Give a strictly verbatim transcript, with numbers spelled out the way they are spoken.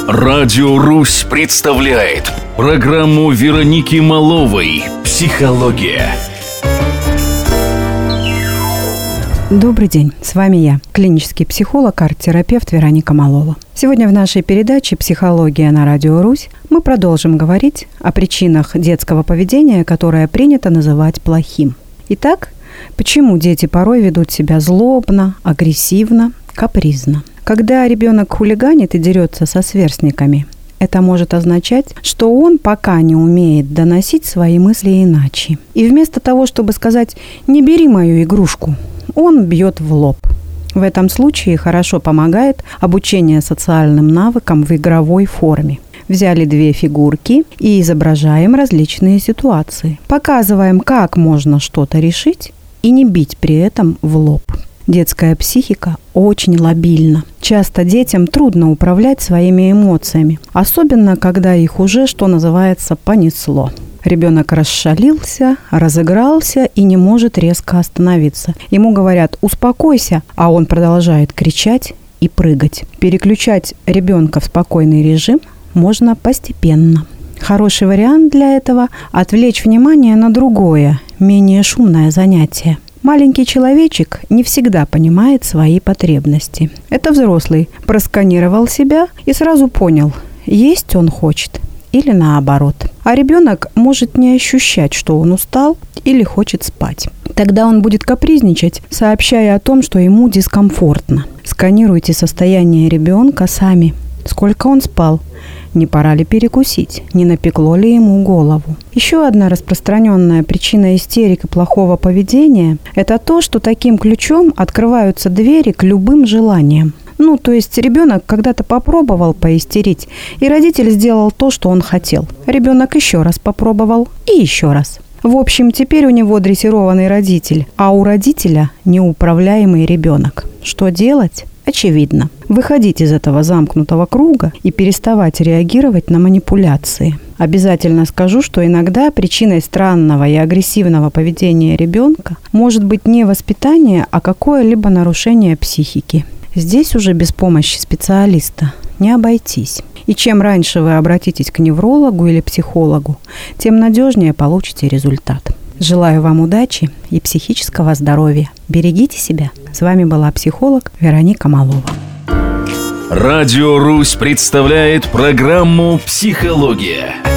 Радио Русь представляет программу Вероники Маловой «Психология». Добрый день, с вами я, клинический психолог, арт-терапевт Вероника Малова. Сегодня в нашей передаче «Психология» на Радио Русь мы продолжим говорить о причинах детского поведения, которое принято называть плохим. Итак, почему дети порой ведут себя злобно, агрессивно, капризно? Когда ребенок хулиганит и дерется со сверстниками, это может означать, что он пока не умеет доносить свои мысли иначе. И вместо того, чтобы сказать «не бери мою игрушку», он бьет в лоб. В этом случае хорошо помогает обучение социальным навыкам в игровой форме. Взяли две фигурки и изображаем различные ситуации. Показываем, как можно что-то решить и не бить при этом в лоб. Детская психика очень лобильна. Часто детям трудно управлять своими эмоциями, особенно когда их уже, что называется, понесло. Ребенок расшалился, разыгрался и не может резко остановиться. Ему говорят «успокойся», а он продолжает кричать и прыгать. Переключать ребенка в спокойный режим можно постепенно. Хороший вариант для этого – отвлечь внимание на другое, менее шумное занятие. Маленький человечек не всегда понимает свои потребности. Это взрослый просканировал себя и сразу понял, есть он хочет или наоборот. А ребенок может не ощущать, что он устал или хочет спать. Тогда он будет капризничать, сообщая о том, что ему дискомфортно. Сканируйте состояние ребенка сами. Сколько он спал? Не пора ли перекусить? Не напекло ли ему голову? Еще одна распространенная причина истерик и плохого поведения – это то, что таким ключом открываются двери к любым желаниям. Ну, то есть ребенок когда-то попробовал поистерить, и родитель сделал то, что он хотел. Ребенок еще раз попробовал и еще раз. В общем, теперь у него дрессированный родитель, а у родителя неуправляемый ребенок. Что делать? Очевидно. Выходить из этого замкнутого круга и переставать реагировать на манипуляции. Обязательно скажу, что иногда причиной странного и агрессивного поведения ребенка может быть не воспитание, а какое-либо нарушение психики. Здесь уже без помощи специалиста не обойтись. И чем раньше вы обратитесь к неврологу или психологу, тем надежнее получите результат. Желаю вам удачи и психического здоровья. Берегите себя. С вами была психолог Вероника Малова. Радио Русь представляет программу «Психология».